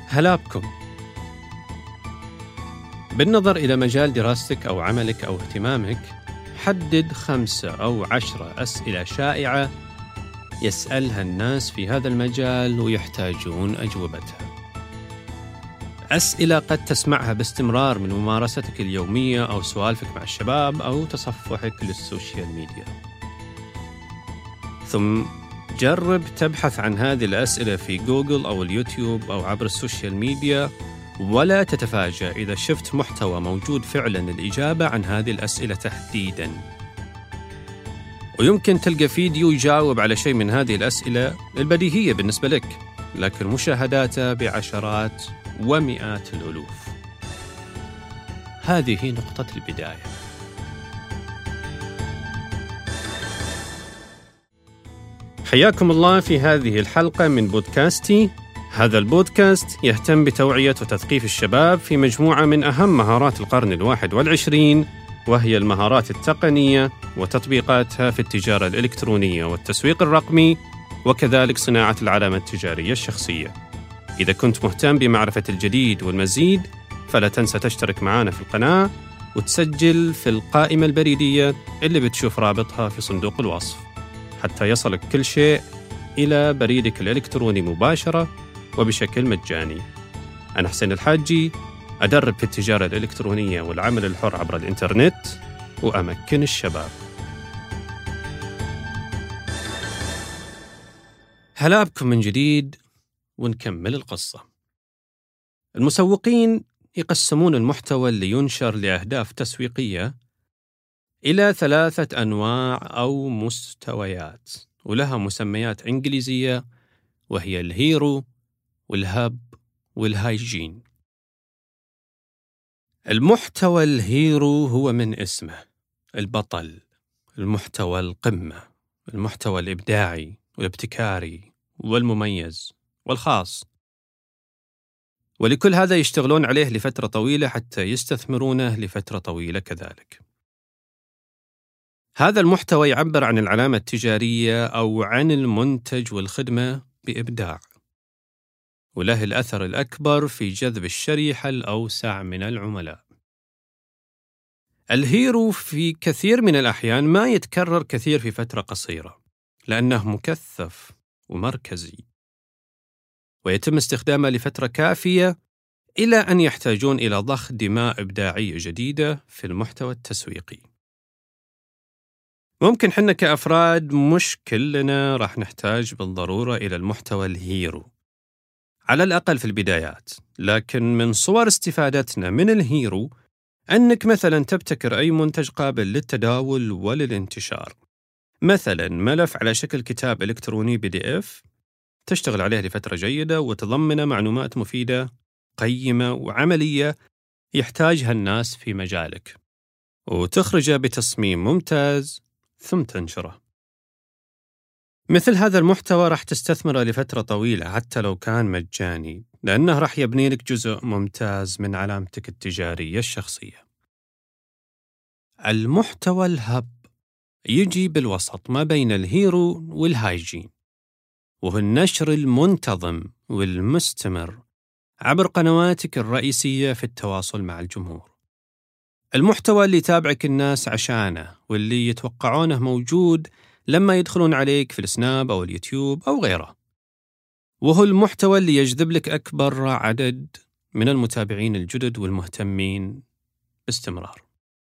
هلا بكم. بالنظر إلى مجال دراستك أو عملك أو اهتمامك، حدد 5 أو 10 أسئلة شائعة يسألها الناس في هذا المجال ويحتاجون أجوبتها. أسئلة قد تسمعها باستمرار من ممارستك اليومية أو سوالفك مع الشباب أو تصفحك للسوشيال ميديا. ثم جرب تبحث عن هذه الأسئلة في جوجل أو اليوتيوب أو عبر السوشيال ميديا، ولا تتفاجأ إذا شفت محتوى موجود فعلاً الإجابة عن هذه الأسئلة تحديداً. ويمكن تلقى فيديو يجاوب على شيء من هذه الأسئلة البديهية بالنسبة لك، لكن مشاهداته بعشرات ومئات الألوف. هذه نقطة البداية. حياكم الله في هذه الحلقة من بودكاستي. هذا البودكاست يهتم بتوعية وتثقيف الشباب في مجموعة من أهم مهارات القرن 21، وهي المهارات التقنية وتطبيقاتها في التجارة الإلكترونية والتسويق الرقمي، وكذلك صناعة العلامة التجارية الشخصية. إذا كنت مهتم بمعرفة الجديد والمزيد، فلا تنسى تشترك معنا في القناة وتسجل في القائمة البريدية اللي بتشوف رابطها في صندوق الوصف، حتى يصلك كل شيء إلى بريدك الإلكتروني مباشرة وبشكل مجاني. أنا حسين الحاجي، أدرب في التجارة الإلكترونية والعمل الحر عبر الإنترنت، وأمكن الشباب. هلا بكم من جديد، ونكمل القصة. المسوقين يقسمون المحتوى اللي ينشر لأهداف تسويقية إلى 3 أنواع أو مستويات، ولها مسميات إنجليزية، وهي الهيرو والهب والهايجين. المحتوى الهيرو هو من اسمه، البطل، المحتوى القمة، المحتوى الإبداعي والابتكاري والمميز والخاص، ولكل هذا يشتغلون عليه لفترة طويلة حتى يستثمرونه لفترة طويلة كذلك. هذا المحتوى يعبر عن العلامة التجارية أو عن المنتج والخدمة بإبداع، وله الأثر الأكبر في جذب الشريحة الأوسع من العملاء. الهيرو في كثير من الأحيان ما يتكرر كثير في فترة قصيرة، لأنه مكثف ومركزي، ويتم استخدامه لفترة كافية إلى أن يحتاجون إلى ضخ دماء إبداعية جديدة في المحتوى التسويقي. ممكن حنا كأفراد مش كلنا راح نحتاج بالضرورة إلى المحتوى الهيرو، على الأقل في البدايات، لكن من صور استفادتنا من الهيرو أنك مثلا تبتكر أي منتج قابل للتداول وللانتشار، مثلا ملف على شكل كتاب إلكتروني PDF، تشتغل عليه لفترة جيدة وتضمن معلومات مفيدة قيمة وعملية يحتاجها الناس في مجالك، وتخرجه بتصميم ممتاز ثم تنشره. مثل هذا المحتوى راح تستثمره لفترة طويلة حتى لو كان مجاني، لأنه راح يبني لك جزء ممتاز من علامتك التجارية الشخصية. المحتوى الهب يجي بالوسط ما بين الهيرو والهايجين، وهو النشر المنتظم والمستمر عبر قنواتك الرئيسية في التواصل مع الجمهور. المحتوى اللي يتابعك الناس عشانه، واللي يتوقعونه موجود لما يدخلون عليك في السناب أو اليوتيوب أو غيره، وهو المحتوى اللي يجذب لك أكبر عدد من المتابعين الجدد والمهتمين باستمرار.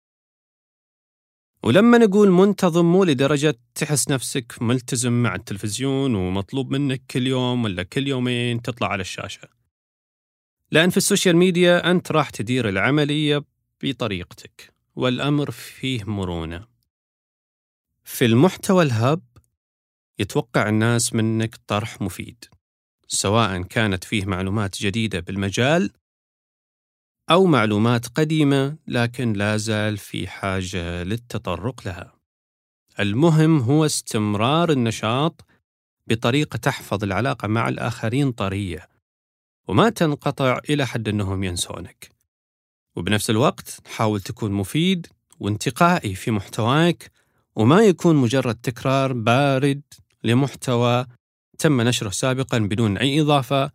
ولما نقول منتظم، مو لدرجة تحس نفسك ملتزم مع التلفزيون ومطلوب منك كل يوم ولا كل يومين تطلع على الشاشة، لأن في السوشيال ميديا أنت راح تدير العملية بطريقتك، والأمر فيه مرونة. في المحتوى الهب يتوقع الناس منك طرح مفيد، سواء كانت فيه معلومات جديدة بالمجال أو معلومات قديمة لكن لا زال في حاجة للتطرق لها. المهم هو استمرار النشاط بطريقة تحفظ العلاقة مع الآخرين طرية، وما تنقطع إلى حد أنهم ينسونك. وبنفس الوقت حاول تكون مفيد وانتقائي في محتواك، وما يكون مجرد تكرار بارد لمحتوى تم نشره سابقا بدون أي إضافة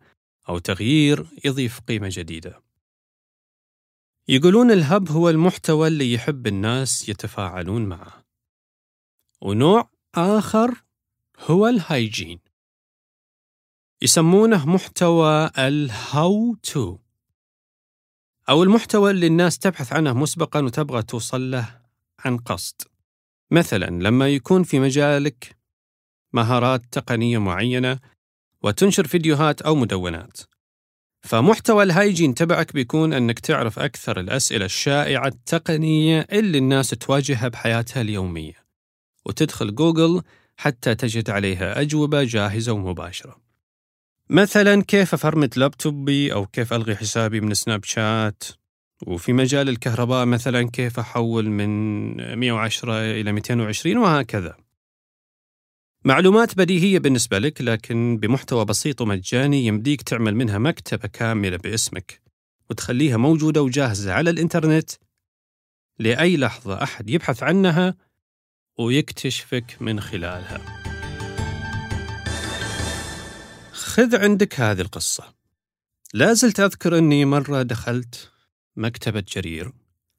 أو تغيير يضيف قيمة جديدة. يقولون الهب هو المحتوى اللي يحب الناس يتفاعلون معه. ونوع آخر هو الهايجين، يسمونه محتوى الهاو تو، أو المحتوى اللي الناس تبحث عنه مسبقاً وتبغى توصل له عن قصد. مثلاً لما يكون في مجالك مهارات تقنية معينة وتنشر فيديوهات أو مدونات، فمحتوى الهايجين تبعك بيكون أنك تعرف أكثر الأسئلة الشائعة التقنية اللي الناس تواجهها بحياتها اليومية، وتدخل جوجل حتى تجد عليها أجوبة جاهزة ومباشرة. مثلا كيف أفرمت لابتوبي، أو كيف ألغي حسابي من سناب شات. وفي مجال الكهرباء مثلا كيف أحول من 110 إلى 220 وهكذا. معلومات بديهية بالنسبة لك، لكن بمحتوى بسيط ومجاني يمديك تعمل منها مكتبة كاملة باسمك وتخليها موجودة وجاهزة على الإنترنت لأي لحظة أحد يبحث عنها ويكتشفك من خلالها. خذ عندك هذه القصة. لازلت أذكر أني مرة دخلت مكتبة جرير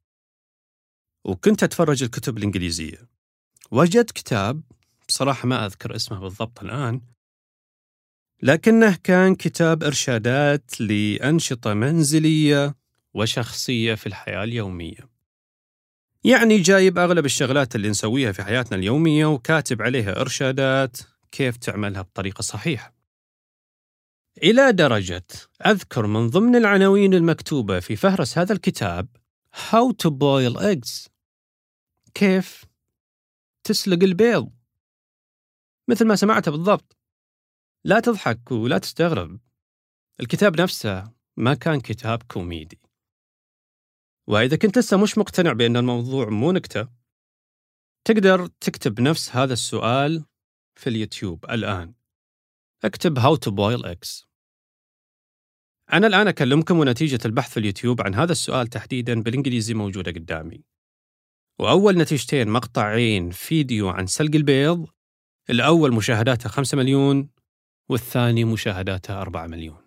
وكنت أتفرج الكتب الإنجليزية. وجدت كتاب، بصراحة ما أذكر اسمه بالضبط الآن، لكنه كان كتاب إرشادات لأنشطة منزلية وشخصية في الحياة اليومية. يعني جايب أغلب الشغلات اللي نسويها في حياتنا اليومية وكاتب عليها إرشادات كيف تعملها بطريقة صحيحة. إلى درجة أذكر من ضمن العناوين المكتوبة في فهرس هذا الكتاب How to boil eggs، كيف تسلق البيض، مثل ما سمعته بالضبط. لا تضحك ولا تستغرب، الكتاب نفسه ما كان كتاب كوميدي. وإذا كنت لسه مش مقتنع بأن الموضوع مو نكتة، تقدر تكتب نفس هذا السؤال في اليوتيوب الآن. اكتب How to boil eggs. أنا الآن أكلمكم ونتيجة البحث في اليوتيوب عن هذا السؤال تحديداً بالإنجليزي موجودة قدامي. وأول نتيجتين مقطعين فيديو عن سلق البيض، الأول مشاهداته 5 مليون والثاني مشاهداته 4 مليون.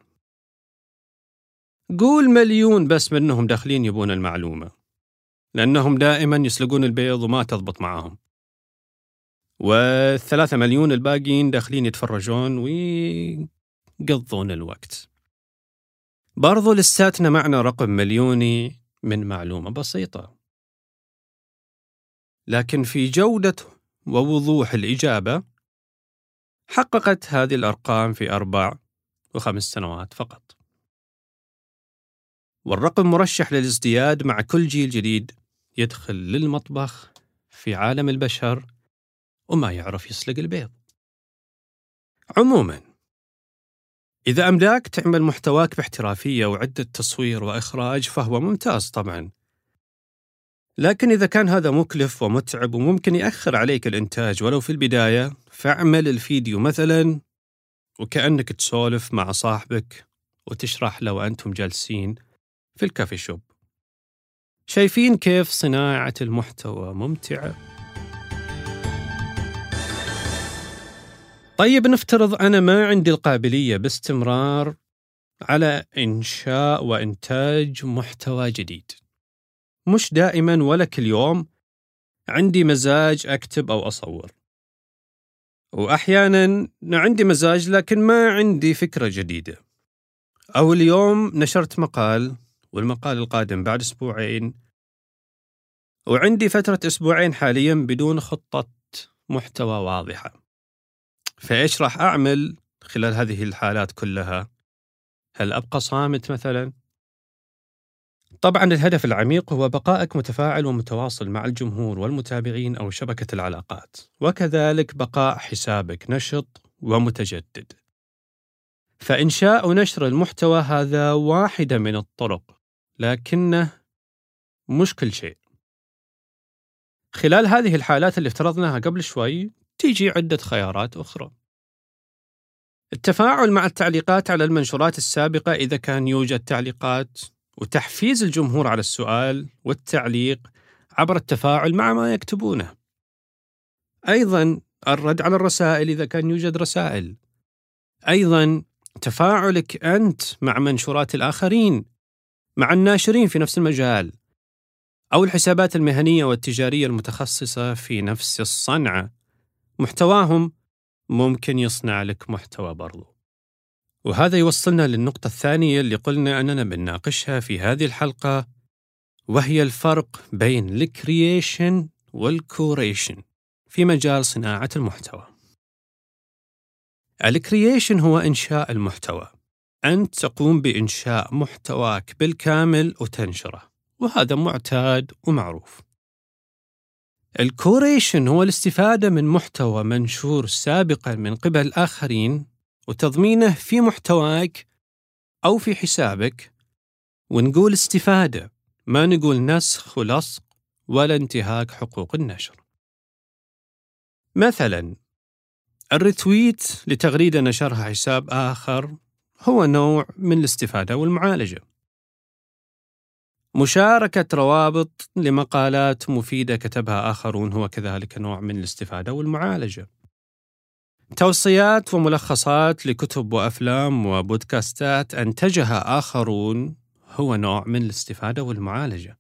قول مليون بس منهم داخلين يبون المعلومة، لأنهم دائماً يسلقون البيض وما تضبط معهم. و3 مليون الباقين داخلين يتفرجون ويقضون الوقت. برضو لساتنا معنا رقم مليوني من معلومة بسيطة، لكن في جودة ووضوح الإجابة حققت هذه الأرقام في 4 و5 سنوات فقط. والرقم مرشح للازدياد مع كل جيل جديد يدخل للمطبخ في عالم البشر وما يعرف يسلق البيض. عموماً، إذا أملاك تعمل محتواك باحترافية وعدة تصوير وإخراج فهو ممتاز طبعاً. لكن إذا كان هذا مكلف ومتعب وممكن يأخر عليك الإنتاج ولو في البداية، فاعمل الفيديو مثلاً وكأنك تسولف مع صاحبك وتشرح له وأنتم جالسين في الكافي شوب. شايفين كيف صناعة المحتوى ممتعة؟ طيب نفترض أنا ما عندي القابلية باستمرار على إنشاء وإنتاج محتوى جديد. مش دائما ولا كل يوم عندي مزاج أكتب أو أصور، وأحيانا عندي مزاج لكن ما عندي فكرة جديدة. أو اليوم نشرت مقال والمقال القادم بعد 2 أسبوع، وعندي فترة 2 أسبوع حاليا بدون خطة محتوى واضحة. فإيش راح أعمل خلال هذه الحالات كلها؟ هل أبقى صامت مثلا؟ طبعا الهدف العميق هو بقائك متفاعل ومتواصل مع الجمهور والمتابعين أو شبكة العلاقات، وكذلك بقاء حسابك نشط ومتجدد. فإنشاء ونشر المحتوى هذا واحدة من الطرق، لكنه مش كل شيء. خلال هذه الحالات اللي افترضناها قبل شوي تيجي عدة خيارات أخرى. التفاعل مع التعليقات على المنشورات السابقة إذا كان يوجد تعليقات، وتحفيز الجمهور على السؤال والتعليق عبر التفاعل مع ما يكتبونه. أيضاً الرد على الرسائل إذا كان يوجد رسائل. أيضاً تفاعلك أنت مع منشورات الآخرين، مع الناشرين في نفس المجال، أو الحسابات المهنية والتجارية المتخصصة في نفس الصنعة. محتواهم ممكن يصنع لك محتوى برضو. وهذا يوصلنا للنقطة الثانية اللي قلنا أننا بنناقشها في هذه الحلقة، وهي الفرق بين الكرييشن والكوريشن في مجال صناعة المحتوى. الكرييشن هو إنشاء المحتوى. أنت تقوم بإنشاء محتواك بالكامل وتنشره، وهذا معتاد ومعروف. الكوريشن هو الاستفادة من محتوى منشور سابقا من قبل آخرين وتضمينه في محتواك أو في حسابك، ونقول استفادة، ما نقول نسخ ولصق ولا انتهاك حقوق النشر. مثلا الريتويت لتغريدة نشرها حساب آخر هو نوع من الاستفادة والمعالجة. مشاركة روابط لمقالات مفيدة كتبها آخرون هو كذلك نوع من الاستفادة والمعالجة. توصيات وملخصات لكتب وأفلام وبودكاستات أنتجها آخرون هو نوع من الاستفادة والمعالجة.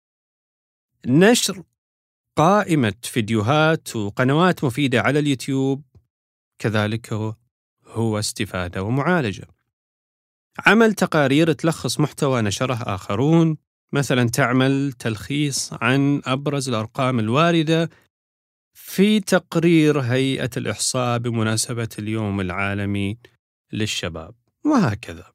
نشر قائمة فيديوهات وقنوات مفيدة على اليوتيوب كذلك هو استفادة ومعالجة. عمل تقارير تلخص محتوى نشره آخرون، مثلا تعمل تلخيص عن أبرز الأرقام الواردة في تقرير هيئة الإحصاء بمناسبة اليوم العالمي للشباب، وهكذا.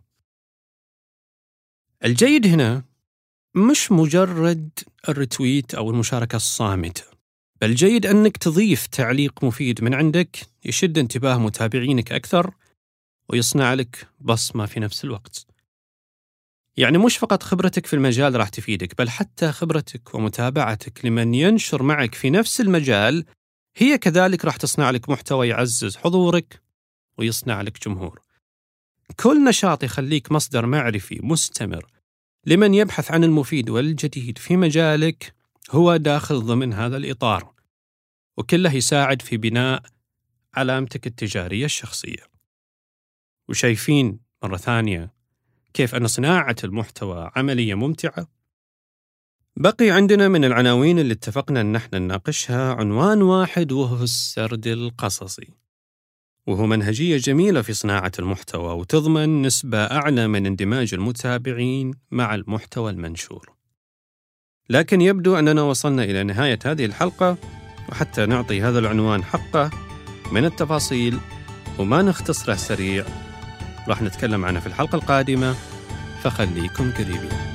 الجيد هنا مش مجرد الريتويت أو المشاركة الصامتة، بل جيد أنك تضيف تعليق مفيد من عندك يشد انتباه متابعينك أكثر ويصنع لك بصمة في نفس الوقت. يعني مش فقط خبرتك في المجال راح تفيدك، بل حتى خبرتك ومتابعتك لمن ينشر معك في نفس المجال هي كذلك راح تصنع لك محتوى يعزز حضورك ويصنع لك جمهور. كل نشاط يخليك مصدر معرفي مستمر لمن يبحث عن المفيد والجديد في مجالك هو داخل ضمن هذا الإطار، وكله يساعد في بناء علامتك التجارية الشخصية. وشايفين مرة ثانية كيف أن صناعة المحتوى عملية ممتعة؟ بقي عندنا من العناوين اللي اتفقنا أن احنا نناقشها عنوان واحد، وهو السرد القصصي، وهو منهجية جميلة في صناعة المحتوى وتضمن نسبة أعلى من اندماج المتابعين مع المحتوى المنشور. لكن يبدو أننا وصلنا إلى نهاية هذه الحلقة، وحتى نعطي هذا العنوان حقه من التفاصيل وما نختصره سريع راح نتكلم عنه في الحلقة القادمة، فخليكم قريبين.